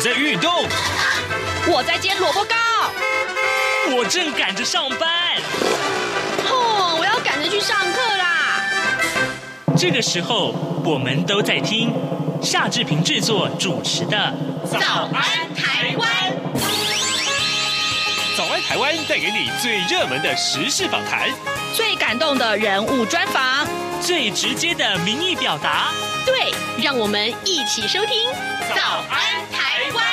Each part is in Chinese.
在运动， 我在煎萝卜糕， 我正赶着上班。 我要赶着去上课啦。 这个时候，我们都在听夏志平制作主持的《 早安台湾》。 早安台湾带给你最热门的时事访谈， 最感动的人物专访， 最直接的民意表达。 对，让我们一起收听《早安台湾》。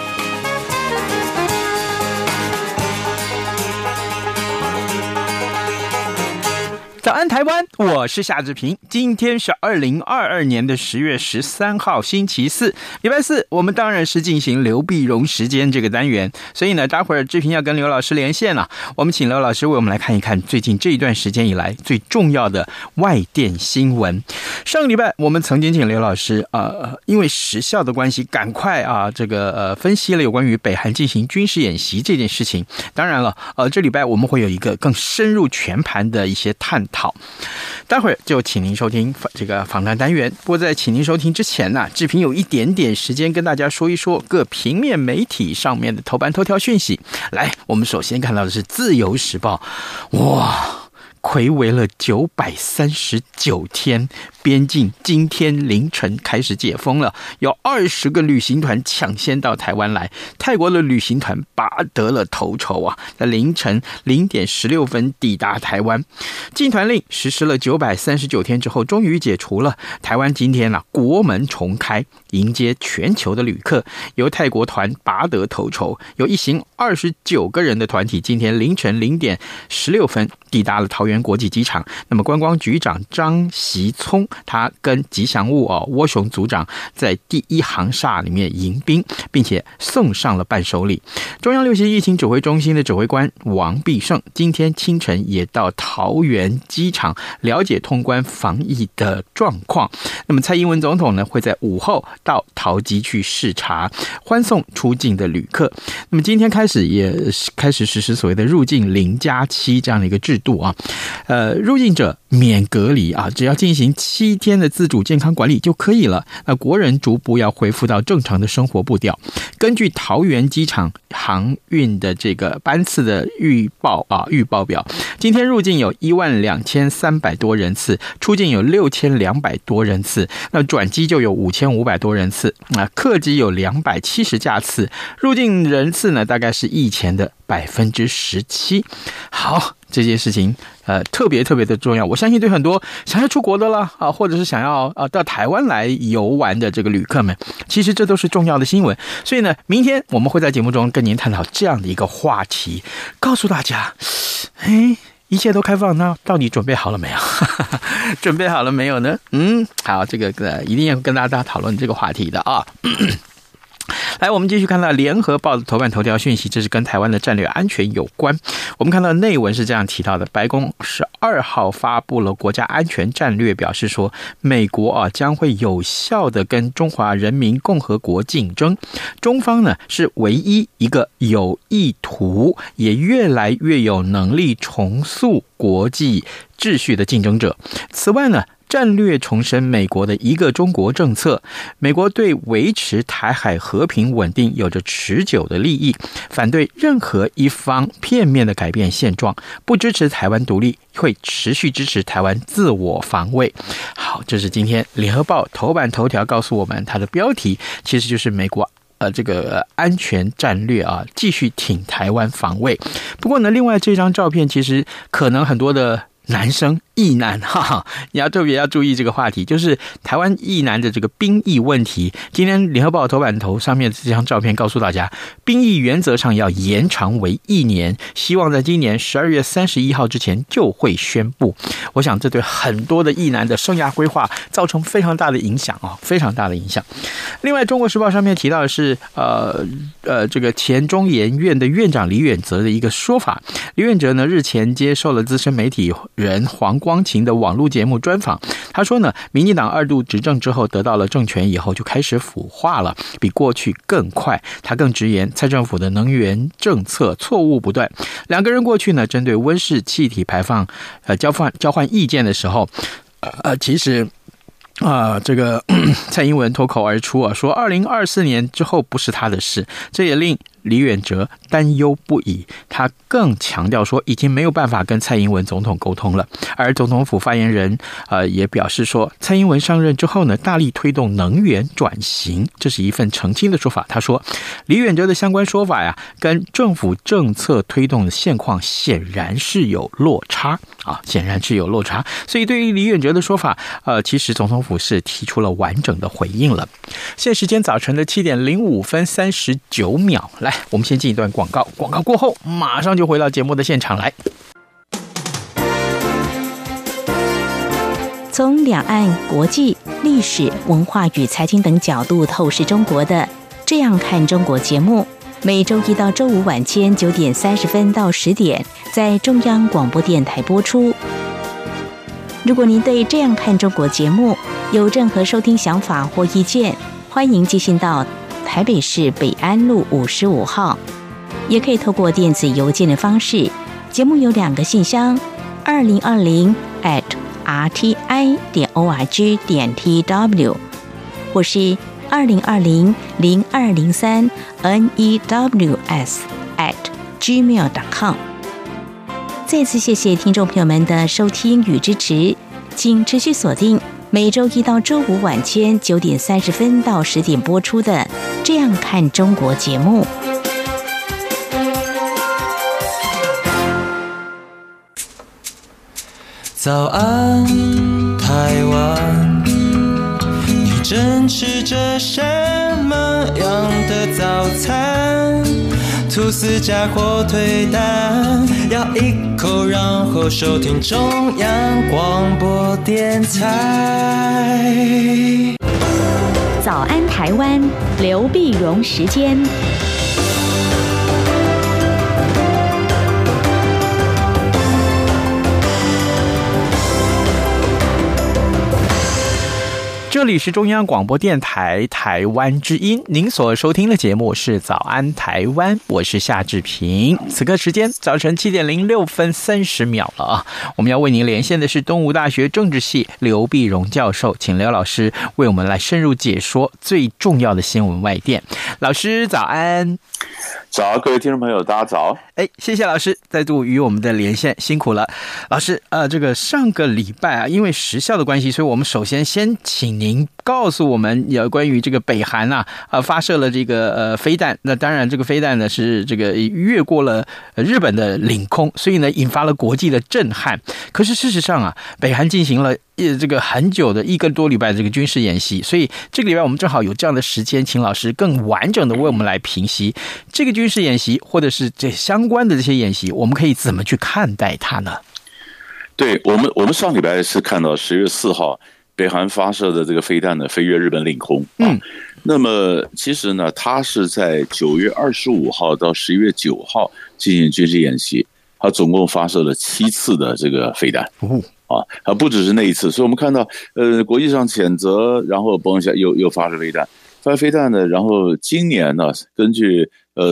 早安台湾，我是夏志平。今天是2022年10月13号星期四，礼拜四，我们当然是进行刘碧荣时间这个单元，所以呢，待会儿志平要跟刘老师连线了。我们请刘老师为我们来看一看最近这一段时间以来最重要的外电新闻。上个礼拜我们曾经请刘老师因为时效的关系，赶快分析了有关于北韩进行军事演习这件事情。当然了，这礼拜我们会有一个更深入全盘的一些探讨。待会儿就请您收听这个访谈单元。不过在请您收听之前呢，志平有一点点时间跟大家说一说各平面媒体上面的头版头条讯息。来，我们首先看到的是《自由时报》，哇！睽违了939天，边境今天凌晨开始解封了，有20个旅行团抢先到台湾来，泰国的旅行团拔得了头筹啊，在凌晨0点16分抵达台湾。禁团令实施了939天之后，终于解除了。台湾今天国门重开，迎接全球的旅客，由泰国团拔得头筹，有一行29个人的团体，今天凌晨0点16分抵达了桃园国际机场。那么观光局长张习聪，他跟吉祥物涡熊组长在第一航厦里面迎宾，并且送上了伴手礼。中央流行疫情指挥中心的指挥官王必胜今天清晨也到桃园机场了解通关防疫的状况。那么蔡英文总统呢，会在午后到桃机去视察，欢送出境的旅客。那么今天开始也开始实施所谓的入境0+7这样的一个制度啊。入境者免隔离啊，只要进行7天的自主健康管理就可以了。那国人逐步要恢复到正常的生活步调。根据桃园机场航运的这个班次的预报表，今天入境有12300多人次，出境有6200多人次，那转机就有5500多人次，客机有270架次，入境人次呢大概是疫前的17%。好，这件事情特别的重要，我相信对很多想要出国的啦或者是想要到台湾来游玩的这个旅客们，其实这都是重要的新闻。所以呢，明天我们会在节目中跟您探讨这样的一个话题，告诉大家，一切都开放，那到底准备好了没有？准备好了没有呢？好，这个一定要跟大家讨论这个话题的啊。来，我们继续看到联合报的头版头条讯息，这是跟台湾的战略安全有关。我们看到内文是这样提到的，白宫12号发布了国家安全战略，表示说美国将会有效的跟中华人民共和国竞争，中方呢是唯一一个有意图也越来越有能力重塑国际秩序的竞争者。此外呢，战略重申美国的一个中国政策，美国对维持台海和平稳定有着持久的利益，反对任何一方片面的改变现状，不支持台湾独立，会持续支持台湾自我防卫。好，这是今天联合报头版头条告诉我们，它的标题其实就是美国这个安全战略继续挺台湾防卫。不过呢，另外这张照片其实可能很多的男生役男你要特别要注意这个话题，就是台湾役男的这个兵役问题。今天联合报头版头上面这张照片告诉大家，兵役原则上要延长为1年，希望在今年12月31号之前就会宣布。我想这对很多的役男的生涯规划造成非常大的影响非常大的影响。另外，中国时报上面提到的是这个前中研院的院长李远哲的一个说法。李远哲呢日前接受了资深媒体人黄光琴的网络节目专访，他说呢，民进党2度执政之后得到了政权以后就开始腐化了，比过去更快。他更直言，蔡政府的能源政策错误不断。两个人过去呢，针对温室气体排放交换意见的时候，其实这个蔡英文脱口而出啊，说2024年之后不是他的事，这也令李远哲担忧不已。他更强调说，已经没有办法跟蔡英文总统沟通了。而总统府发言人也表示说，蔡英文上任之后呢，大力推动能源转型，这是一份澄清的说法。他说，李远哲的相关说法呀，跟政府政策推动的现况显然是有落差啊，显然是有落差。所以对于李远哲的说法，其实总统府是提出了完整的回应了。现在时间早晨的7点05分39秒，来，我们先进一段广告，广告过后马上就回到节目的现场来。 从两岸、国际、历史文化与财经等角度透视中国的《这样看中国》节目，每周一到周五晚间9点30分到10点在中央广播电台播出。如果您对《这样看中国》节目有任何收听想法或意见，欢迎寄信到台北市北安路55号，也可以透过电子邮件的方式。节目有2个信箱2020@rti.org.tw 或是2020-0203-news@gmail.com。再次谢谢听众朋友们的收听与支持，请持续锁定每周一到周五晚间9点30分到10点播出的《这样看中国》节目。 早安，台湾，你正吃着什么样的早餐？吐司加火腿蛋，咬一口，然后收听中央广播电台。 早安台湾，刘碧荣时间。 这里是中央广播电台台湾之音，您所收听的节目是早安台湾，我是夏志平。此刻时间早晨7点06分30秒了啊！我们要为您连线的是东吴大学政治系刘碧荣教授，请刘老师为我们来深入解说最重要的新闻外电。老师早安。 早，各位听众朋友，大家早。 谢谢老师再度与我们的连线，辛苦了。老师，这个上个礼拜啊，因为时效的关系，所以我们首先请您告诉我们有关于这个北韩发射了这个飞弹。那当然，这个飞弹呢是这个越过了日本的领空，所以呢引发了国际的震撼。可是事实上啊，北韩进行了这个很久的1个多礼拜的这个军事演习，所以这个礼拜我们正好有这样的时间，请老师更完整的为我们来评析这个军事演习，或者是这相关的这些演习，我们可以怎么去看待它呢？ 对，我们上礼拜是看到10月4号北韩发射的这个飞弹呢飞越日本领空那么其实呢，它是在9月25号到11月9号进行军事演习，它总共发射了7次的这个飞弹它不只是那一次，所以我们看到国际上谴责，然后嘣一下又发射飞弹，呢，然后今年呢，根据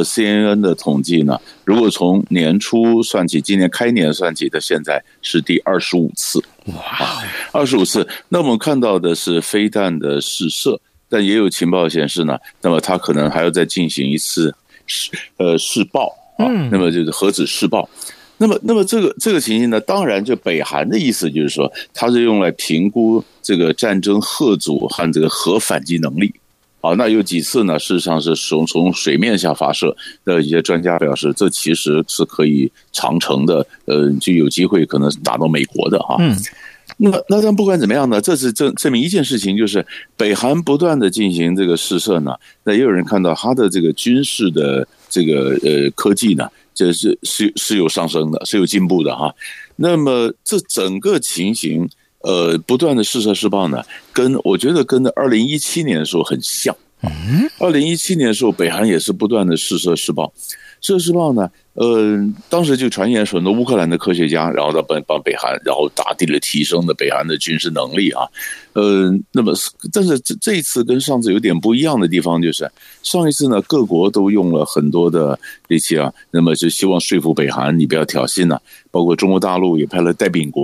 CNN 的统计呢，如果从年初算起，今年开年算起的，现在是第25次。哇，25次。那我们看到的是飞弹的试射，但也有情报显示呢，那么它可能还要再进行一次试爆那么就是核子试爆。那么这个情形呢，当然就北韩的意思就是说，它是用来评估这个战争核阻和这个核反击能力。那有几次呢，事实上是从水面下发射的，一些专家表示，这其实是可以长程的，就有机会可能打到美国的那但不管怎么样呢，这是证明一件事情，就是北韩不断的进行这个试射呢，那也有人看到它的这个军事的这个科技呢，这是有上升的，是有进步的那么这整个情形不断的试射试爆呢，我觉得跟2017年的时候很像。2017年的时候，北韩也是不断的试射试爆。试射试爆呢，当时就传言说很多乌克兰的科学家，然后他帮北韩，然后大力的提升了北韩的军事能力那么但是这一次跟上次有点不一样的地方，就是上一次呢，各国都用了很多的力气那么就希望说服北韩你不要挑衅包括中国大陆也派了代表国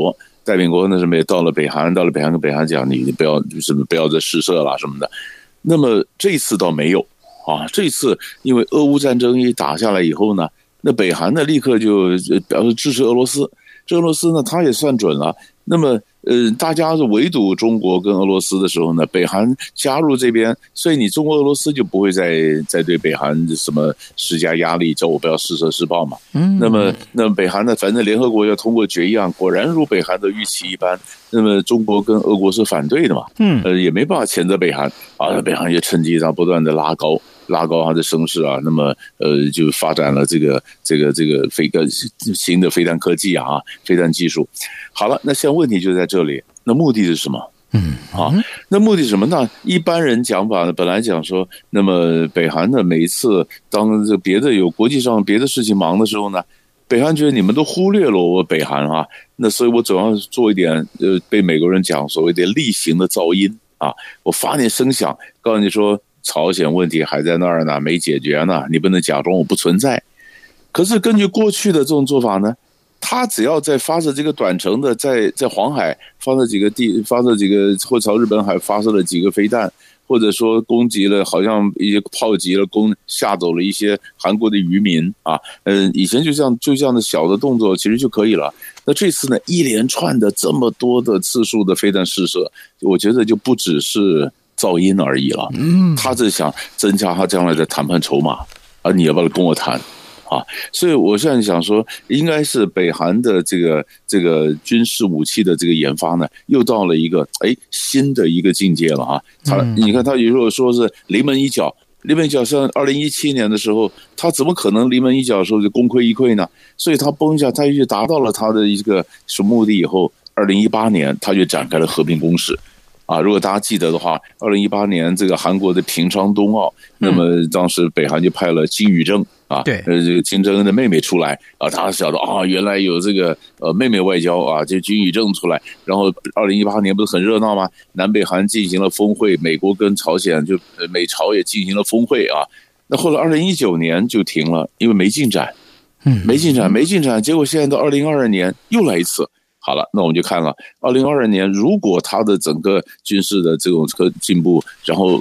戴秉国那什么也到了北韩跟北韩讲，你不要再试射啦什么的。那么这一次倒没有啊，这一次因为俄乌战争一打下来以后呢，那北韩呢立刻就表示支持俄罗斯。这俄罗斯呢，他也算准了。那么，大家是围堵中国跟俄罗斯的时候呢，北韩加入这边，所以你中国俄罗斯就不会再对北韩什么施加压力，叫我不要试射试爆嘛。那么北韩呢，反正联合国要通过决议案，果然如北韩的预期一般，那么中国跟俄国是反对的嘛。也没办法谴责北韩啊，北韩也趁机不断的拉高它的声势啊，那么就发展了这个新的飞弹科技啊，飞弹技术。好了，那现在问题就在这里，那目的是什么？那目的是什么呢？一般人讲法呢，本来讲说，那么北韩呢，每一次当这别的有国际上别的事情忙的时候呢，北韩觉得你们都忽略了我北韩啊，那所以我总要做一点被美国人讲所谓的例行的噪音啊，我发点声响，告诉你说朝鲜问题还在那儿呢，没解决呢，你不能假装我不存在。可是根据过去的这种做法呢，他只要在发射这个短程的，在黄海发射几个或朝日本海发射了几个飞弹，或者说攻击了，好像一些炮击了吓走了一些韩国的渔民啊，以前就这样的小的动作其实就可以了。那这次呢，一连串的这么多的次数的飞弹试射，我觉得就不只是噪音而已了。他是想增加他将来的谈判筹码，而你要不要跟我谈？所以我现在想说，应该是北韩的这个军事武器的这个研发呢，又到了一个新的一个境界了啊！你看他如果说是临门一脚，像2017年的时候，他怎么可能临门一脚的时候就功亏一篑呢？所以他崩一下，他就达到了他的一个什么目的以后，2018年他就展开了和平攻势。如果大家记得的话，2018年这个韩国的平昌冬奥，那么当时北韩就派了金宇正对，这个金正恩的妹妹出来他晓得原来有这个妹妹外交就金宇正出来，然后2018年不是很热闹吗？南北韩进行了峰会，美国跟朝鲜就美朝也进行了峰会那后来2019年就停了，因为没进展，结果现在到2022年又来一次。好了，那我们就看了2022年，如果他的整个军事的这种进步，然后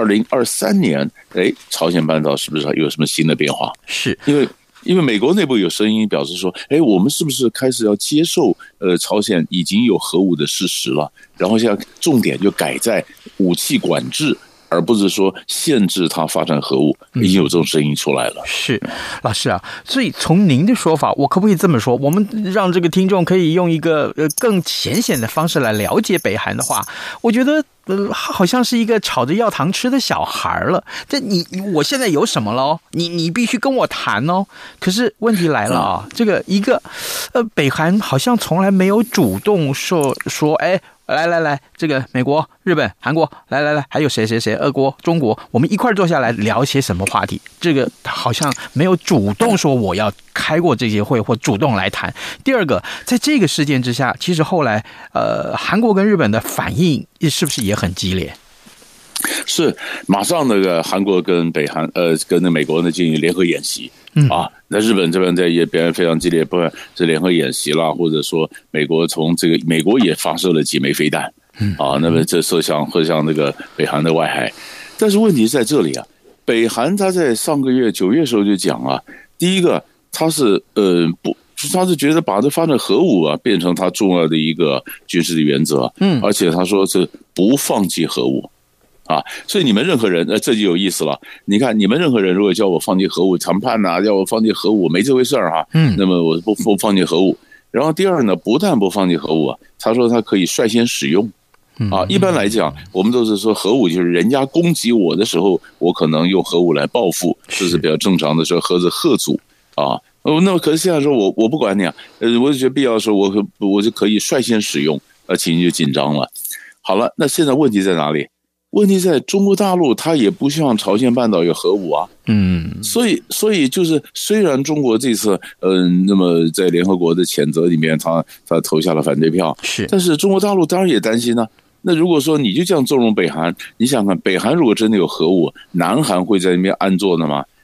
2023年，朝鲜半岛是不是有什么新的变化？ 是因为美国内部有声音表示说，我们是不是开始要接受朝鲜已经有核武的事实了？然后现在重点就改在武器管制，而不是说限制它发展核武，已经有这种声音出来了。 是，老师所以从您的说法，我可不可以这么说？我们让这个听众可以用一个更浅显的方式来了解北韩的话，我觉得好像是一个吵着要糖吃的小孩了。这我现在有什么了？你必须跟我谈哦。可是问题来了这个一个北韩好像从来没有主动说来，这个美国、日本、韩国，来，还有谁，俄国、中国，我们一块坐下来聊些什么话题？这个好像没有主动说我要开过这些会或主动来谈。第二个，在这个事件之下，其实后来韩国跟日本的反应是不是也很激烈？ 是，马上那个韩国跟北韩跟那美国呢进行联合演习。那日本这边也表现非常激烈，不管是联合演习啦，或者说美国也发射了几枚飞弹那么这射向那个北韩的外海。但是问题在这里北韩他在上个月9月的时候就讲第一个他是他是觉得把这发展核武变成他重要的一个军事的原则，而且他说是不放弃核武。所以你们任何人，这就有意思了。你看，你们任何人如果叫我放弃核武谈判要我放弃核武，没这回事那么我不放弃核武。然后第二呢，不但不放弃核武他说他可以率先使用。一般来讲，我们都是说核武就是人家攻击我的时候，我可能用核武来报复，这是比较正常的时候，核子吓阻那么可是现在说我不管你我就觉得必要的时候，我就可以率先使用，情绪就紧张了。好了，那现在问题在哪里？问题在中国大陆，它也不希望朝鲜半岛有核武所以就是虽然中国这次那么在联合国的谴责里面，他投下了反对票，但是中国大陆当然也担心那如果说你就这样纵容北韩，你想看北韩如果真的有核武，南韩会在那边安坐的吗？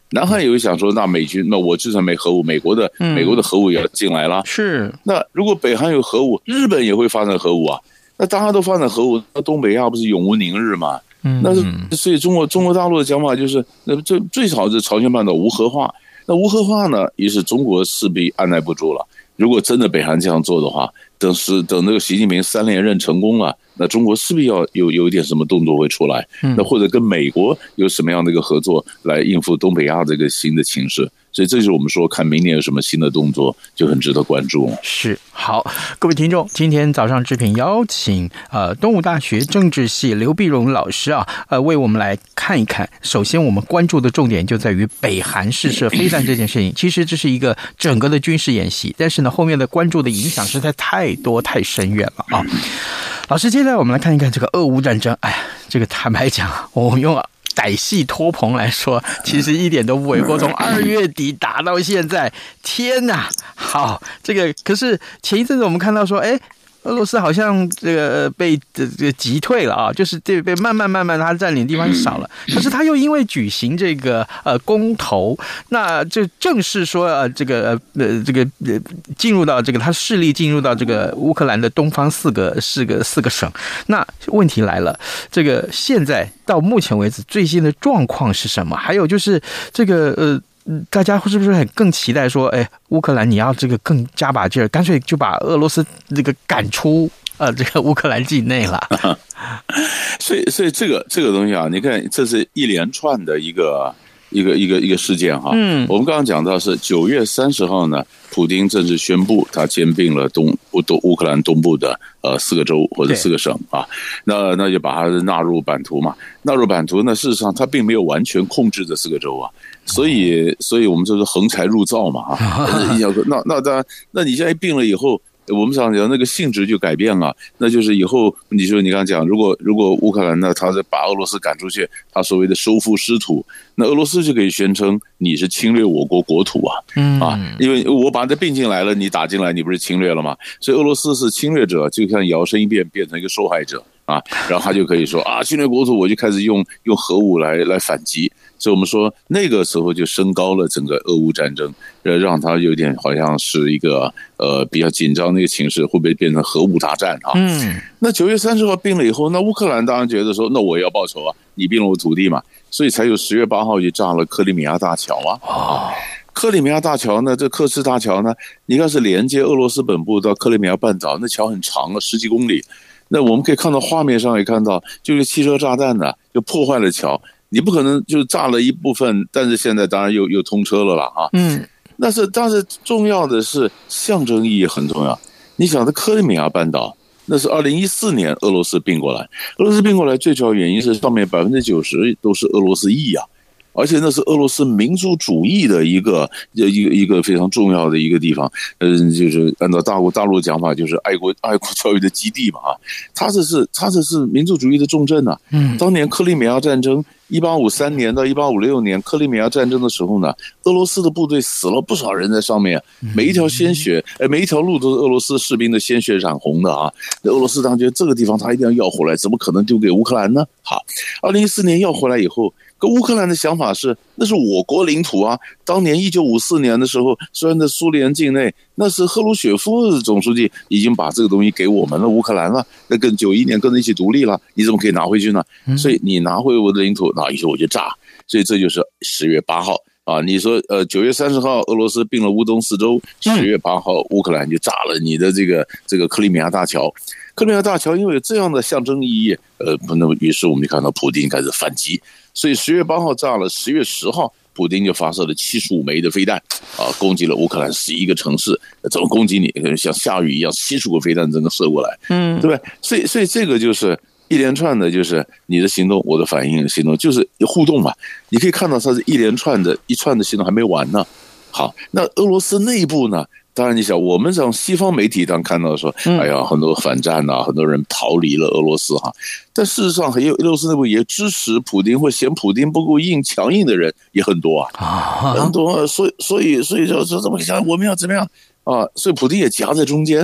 南韩也会想说，那美军，那我就算没核武，美国的核武也要进来了。 是， 那如果北韩有核武，日本也会发展核武啊。那大家都发展核武，那东北亚不是永无宁日吗？那是所以中国大陆的讲法就是，那最少是朝鲜半岛无核化。那无核化呢，于是中国势必按捺不住了。如果真的北韩这样做的话，等那个习近平3连任成功了，那中国势必要有一点什么动作会出来，那或者跟美国有什么样的一个合作来应付东北亚这个新的情势。所以这就是我们说看明年有什么新的动作，就很值得关注。 是，好，各位听众，今天早上志平邀请东吴大学政治系刘碧荣老师为我们来看一看。首先我们关注的重点就在于北韩试射飞弹这件事情，其实这是一个整个的军事演习，但是呢后面的关注的影响实在太多太深远了啊。老师，接下来我们来看一看这个俄乌战争。哎呀，这个坦白讲，我们用歹戏拖棚来说，其实一点都不为过。从2月底打到现在，天哪！好，这个可是前一阵子我们看到说，俄罗斯好像这个被击退了啊，就是这被慢慢他占领的地方少了。可是他又因为举行这个公投，那就正式说这个进入到这个他势力进入到这个乌克兰的东方四个省。那问题来了，这个现在到目前为止最新的状况是什么？还有就是这个大家是不是更期待说，乌克兰你要这个更加把劲儿，干脆就把俄罗斯这个赶出这个乌克兰境内了？ 所以这个东西啊，你看这是一连串的一个事件哈。我们刚刚讲到是9月30号呢，普丁正式宣布他兼并了乌克兰东部的4个州或者4个省啊，那就把它纳入版图嘛。纳入版图呢，事实上他并没有完全控制这4个州啊。所以我们就是横财入灶嘛那当然，那你现在并了以后，我们想讲那个性质就改变了，那就是以后你说你刚刚讲，如果乌克兰呢，他是把俄罗斯赶出去，他所谓的收复失土，那俄罗斯就可以宣称你是侵略我国国土因为我把它并进来了，你打进来，你不是侵略了吗？所以俄罗斯是侵略者，就像摇身一变变成一个受害者然后他就可以说侵略国土，我就开始用核武来反击。所以我们说那个时候就升高了整个俄乌战争，让它有点好像是一个比较紧张的一个情势，会不会变成核武大战那9月30号并了以后，那乌克兰当然觉得说，那我也要报仇你并了我土地嘛，所以才有10月8号就炸了克里米亚大桥克里米亚大桥呢，这克什大桥呢，你看是连接俄罗斯本部到克里米亚半岛，那桥很长10几公里。那我们可以看到画面上也看到，就是汽车炸弹呢就破坏了桥。你不可能就炸了一部分，但是现在当然又通车了啦但是重要的是象征意义很重要。你想的克里米亚半岛，那是2014年俄罗斯并过来，最主要原因是上面90%都是俄罗斯裔而且那是俄罗斯民族主义的一个非常重要的一个地方，就是按照大陆讲法，就是爱国教育的基地嘛它这是民族主义的重镇当年克里米亚战争1853年到1856年克里米亚战争的时候呢，俄罗斯的部队死了不少人在上面，每一条鲜血，每一条路都是俄罗斯士兵的鲜血染红的俄罗斯当然觉得这个地方他一定要回来，怎么可能丢给乌克兰呢？好，2014年要回来以后，可乌克兰的想法是，那是我国领土当年1954年的时候，虽然在苏联境内，那是赫鲁雪夫总书记已经把这个东西给我们了乌克兰了，那跟91年跟着一起独立了，你怎么可以拿回去呢？所以你拿回我的领土，那以后我就炸。所以这就是10月8号你说9月30号俄罗斯并了乌东4州，10月8号乌克兰就炸了你的这个克里米亚大桥。克里米亚大桥因为有这样的象征意义，那么于是我们就看到普丁开始反击。所以10月8号炸了，10月10号普丁就发射了75枚的飞弹攻击了乌克兰11个城市，怎么攻击你？像下雨一样，75个飞弹整个射过来，对不对？所以这个就是一连串的，就是你的行动，我的反应，行动就是互动嘛。你可以看到它是一串的行动还没完呢。好，那俄罗斯内部呢？当然，你想，我们从西方媒体上看到说，哎呀，很多反战很多人逃离了俄罗斯但事实上，也有俄罗斯内部也支持普丁或嫌普丁不够强硬的人也很多很多。所以就怎么想，我们要怎么样所以普丁也夹在中间。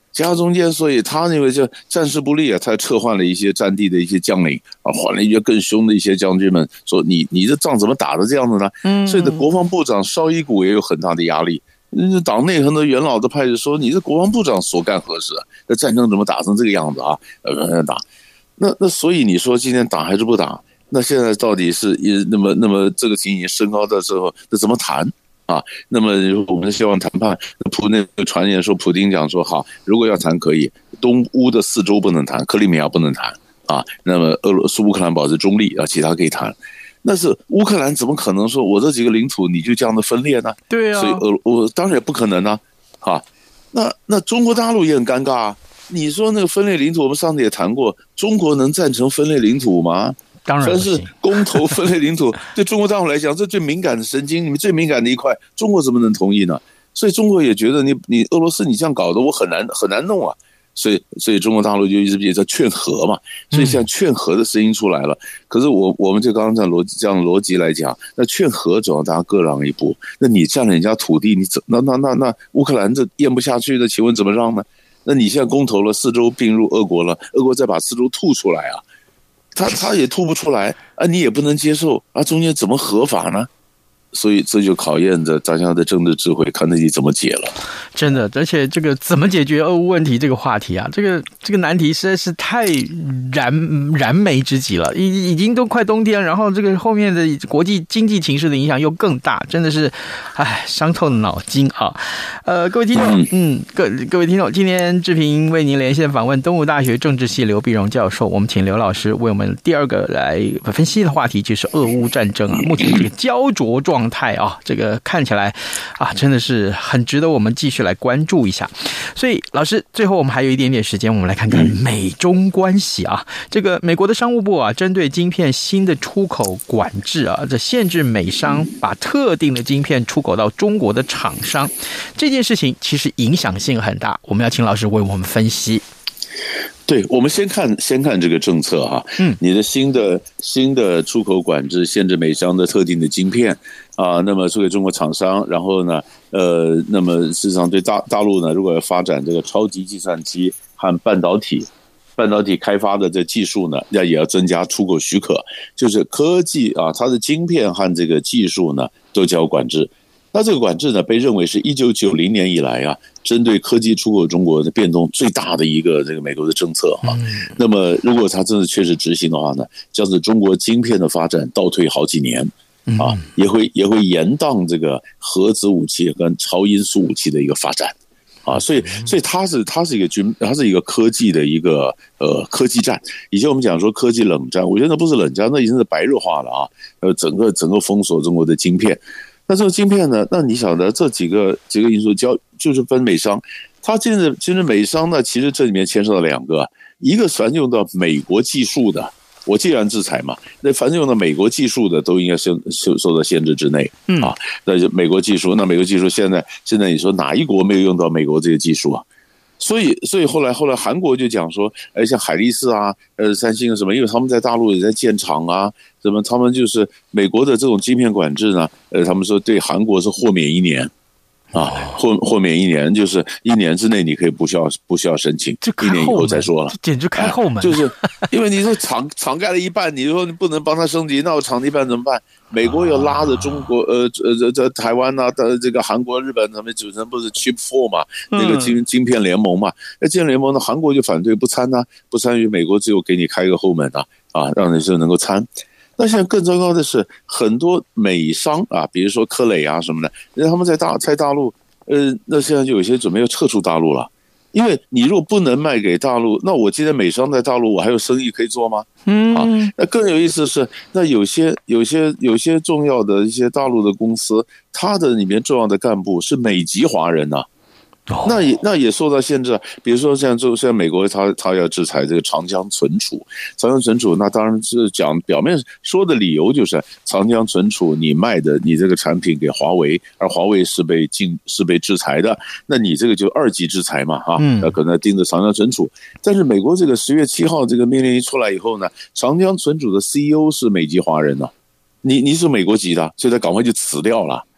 夹在中间，所以他认为这战事不利啊，他撤换了一些战地的一些将领啊，换了一些更凶的一些将军们，说你这仗怎么打的这样子呢？所以的国防部长绍伊古也有很大的压力。党内很多元老的派系说，你这国防部长所干何事啊？那战争怎么打成这个样子啊？打，那所以你说今天打还是不打？那现在到底是那么这个情形升高的时候，那怎么谈啊？那么我们希望谈判，那个传言说普丁讲说好，如果要谈可以，东乌的4州不能谈，克里米亚不能谈啊。那么乌克兰保持中立啊，其他可以谈。那是乌克兰怎么可能说我这几个领土你就这样的分裂呢？ 对啊， 所以我当然也不可能啊。那中国大陆也很尴尬啊。你说那个分裂领土，我们上次也谈过，中国能赞成分裂领土吗？ 当然不行。 凡是公投分裂领土，对中国大陆来讲，这最敏感的神经，你们最敏感的一块，中国怎么能同意呢？所以中国也觉得你俄罗斯你这样搞的，我很难弄啊。所以中国大陆就一直也在劝和嘛，所以现在劝和的声音出来了。可是我们就刚刚这样逻辑来讲，那劝和总要大家各让一步。那你占了人家土地，你那乌克兰这咽不下去的，请问怎么让呢？那你现在公投了4州并入俄国了，俄国再把4州吐出来啊，他也吐不出来啊，你也不能接受啊，中间怎么合法呢？所以这就考验着大家的政治智慧，看自己怎么解了。 真的，而且这个怎么解决俄乌问题这个话题啊，这个难题实在是太燃眉之急了，已经都快冬天，然后这个后面的国际经济情势的影响又更大，真的是伤透脑筋啊。各位听众，各位听众，今天志平为您连线访问东吴大学政治系刘必荣教授，我们请刘老师为我们第二个来分析的话题就是俄乌战争啊，目前这个焦灼状态啊，这个看起来啊，真的是很值得我们继续来关注一下。所以老师，最后我们还有一点点时间，我们来看看美中关系啊。这个美国的商务部啊，针对晶片新的出口管制啊，这限制美商把特定的晶片出口到中国的厂商，这件事情其实影响性很大。我们要请老师为我们分析。 对，我们先看这个政策哈，你的新的出口管制限制美商的特定的晶片啊，那么出给中国厂商，然后呢，那么事实上对大陆呢，如果要发展这个超级计算机和半导体开发的这技术呢，那也要增加出口许可，就是科技啊，它的晶片和这个技术呢都交管制。那这个管制呢，被认为是1990年以来啊，针对科技出口中国的变动最大的一个这个美国的政策啊。那么，如果它真的确实执行的话呢，将是中国晶片的发展倒退好几年啊，也会延宕这个核子武器跟超音速武器的一个发展啊。所以它是一个科技的一个科技战。以前我们讲说科技冷战，我觉得那不是冷战，那已经是白热化了啊。整个封锁中国的晶片。那这个晶片呢？那你晓得这几个因素就是分美商，它其实美商呢，其实这里面牵涉到2个，一个凡用到美国技术的，我既然制裁嘛，那凡用到美国技术的都应该受到限制之内啊。那就美国技术，那美国技术现在你说哪一国没有用到美国这些技术啊？所以后来韩国就讲说，像海力士啊，三星什么，因为他们在大陆也在建厂啊，什么他们就是美国的这种晶片管制呢，他们说对韩国是豁免1年。啊，豁免1年，就是1年之内你可以不需要申请，1年以后再说了， 简直开后门。 就是因为你说厂盖了一半，你说你不能帮他升级，那我厂一半怎么办？美国又拉着中国台湾啊，这个韩国、日本他们组成不是 Chip 4嘛，那个晶片联盟嘛，那晶片联盟呢，韩国就反对不参与，美国只有给你开个后门啊，让你就能够参。那现在更糟糕的是，很多美商啊，比如说科磊啊什么的，因为他们在大陆，那现在就有些准备要撤出大陆了，因为你如果不能卖给大陆，那我今天美商在大陆，我还有生意可以做吗？那更有意思的是，那有些重要的一些大陆的公司，它的里面重要的干部是美籍华人呐。那也受到限制，比如说像美国他要制裁这个长江存储，那当然是讲表面说的理由就是长江存储你卖的你这个产品给华为，而华为是被制裁的，那你这个就2级制裁嘛可能盯着长江存储。但是美国这个10月7号这个命令一出来以后呢，长江存储的 CEO 是美籍华人呢。你是美国籍的，所以他赶快就辞掉了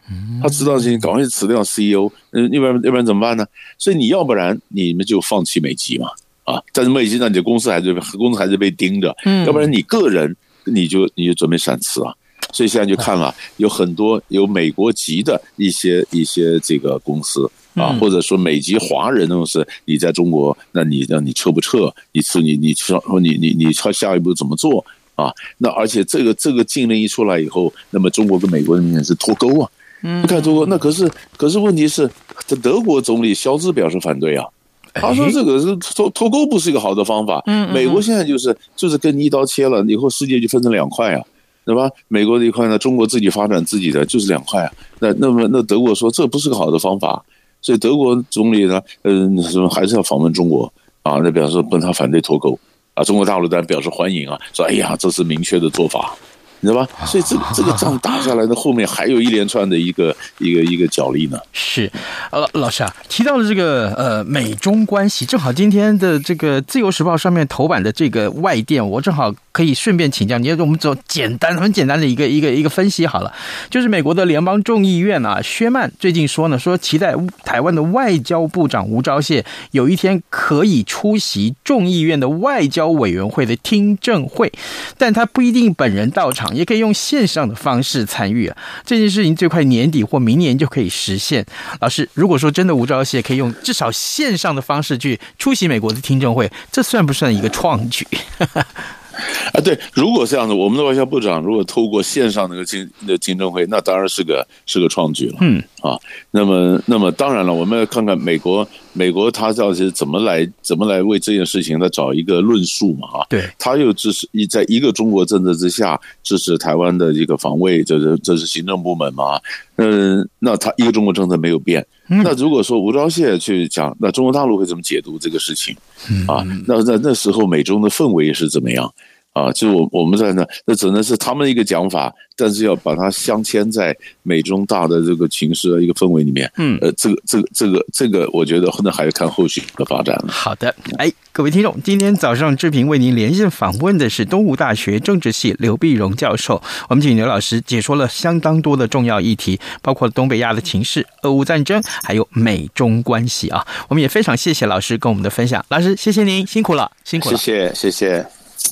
他知道赶快辞掉 CEO， 要不然怎么办呢？所以你要不然你们就放弃美籍嘛，但是美籍那你的公司还是被盯着，要不然你个人你就准备闪辞啊。所以现在就看了，有很多有美国籍的一些这个公司或者说美籍华人的公司，你在中国，那你撤不撤？你下一步怎么做啊？那而且这个禁令一出来以后，那么中国跟美国明显是脱钩啊。你看脱钩，那可是问题是，德国总理肖兹表示反对啊。他说这个是脱钩不是一个好的方法。美国现在就是跟你一刀切了，以后世界就分成两块啊。对吧？美国的一块呢，中国自己发展自己的，就是两块啊。那德国说这不是个好的方法，所以德国总理呢，还是要访问中国啊。那表示跟他反对脱钩啊。中国大陆当然表示欢迎啊，说哎呀，这是明确的做法，你知道吧？所以这个仗打下来的后面还有一连串的一个角力呢。 是，老师啊，提到了这个美中关系，正好今天的这个《自由时报》上面头版的这个外电，我正好可以顺便请教你，我们走很简单的一个分析好了。就是美国的联邦众议院啊，薛曼最近说期待台湾的外交部长吴钊燮有一天可以出席众议院的外交委员会的听证会，但他不一定本人到场，也可以用线上的方式参与啊。这件事情最快年底或明年就可以实现。老师，如果说真的吴钊燮可以用至少线上的方式去出席美国的听证会，这算不算一个创举？ 对，如果这样子，我们的外交部长如果透过线上那个听证会，那当然是个创举了。那么当然了，我们要看看美国他到底是怎么来为这件事情他找一个论述嘛对， 他又支持在一个中国政策之下支持台湾的一个防卫，这是行政部门嘛。那他一个中国政策没有变。那如果说吴钊燮去讲，那中国大陆会怎么解读这个事情那时候美中的氛围是怎么样就是我们在那只能是他们一个讲法，但是要把它镶嵌在美中大的这个情势的一个氛围里面。这个我觉得那还要看后续的发展。 好的，各位听众，今天早上志平为您连线访问的是东吴大学政治系刘必荣教授，我们请刘老师解说了相当多的重要议题，包括东北亚的情势、俄乌战争，还有美中关系啊。我们也非常谢谢老师跟我们的分享，老师谢谢您，辛苦了。 谢谢。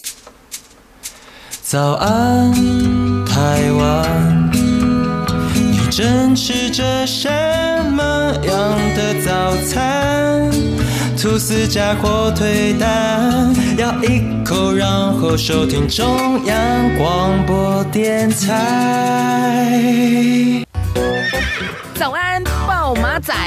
早安，台湾，你正吃着什么样的早餐？吐司加火腿蛋，咬一口，然后收听中央广播电台。 早安，暴马仔。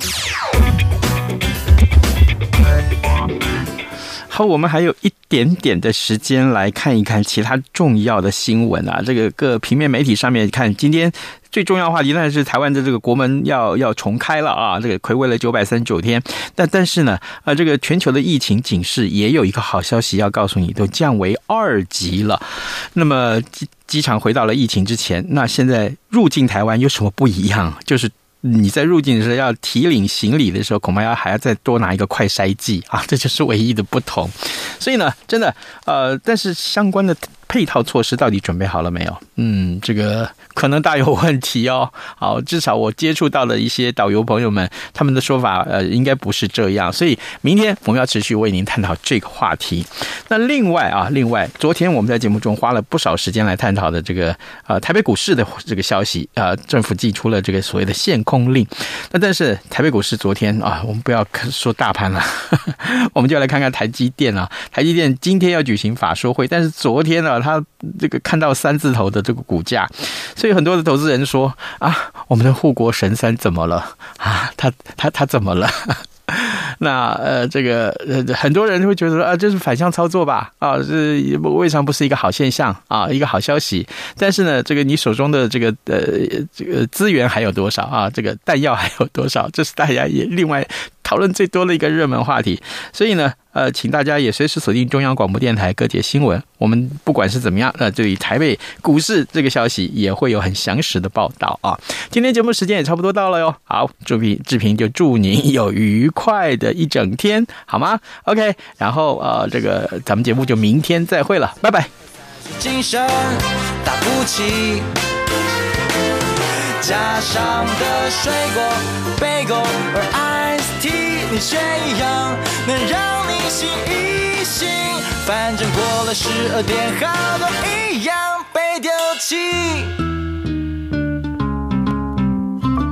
好，我们还有一点点的时间来看一看其他重要的新闻啊。这个各平面媒体上面看，今天最重要的话题当然是台湾的这个国门要重开了啊，这个睽违了939天。但是呢，这个全球的疫情警示也有一个好消息要告诉你，都降为2级了。那么机场回到了疫情之前，那现在入境台湾有什么不一样？就是你在入境的时候要提领行李的时候，恐怕还要再多拿一个快筛剂啊，这就是唯一的不同。所以呢，真的但是相关的配套措施到底准备好了没有？这个可能大有问题哦。好，至少我接触到的一些导游朋友们，他们的说法应该不是这样。所以明天我们要持续为您探讨这个话题。那另外昨天我们在节目中花了不少时间来探讨的这个台北股市的这个消息政府祭出了这个所谓的限空令。那但是台北股市昨天我们不要说大盘了，我们就来看看台积电啊。台积电今天要举行法说会，但是昨天他这个看到3字头的这个股价，所以很多的投资人说我们的护国神山怎么了他怎么了？那这个很多人会觉得说这是反向操作吧这未尝不是一个好现象一个好消息。但是呢，这个你手中的这个资源还有多少这个弹药还有多少，这是大家也另外讨论最多的一个热门话题。所以呢请大家也随时锁定中央广播电台各节新闻，我们不管是怎么样对于台北股市这个消息也会有很详实的报道今天节目时间也差不多到了哟。好，志平就祝您有愉快的一整天，好吗 ？OK， 然后这个咱们节目就明天再会了，拜拜。 精神打不起， 加上的水果 bagel 而 iced tea 你却一样能让你醒一醒，反正过了12点好都一样被丢弃。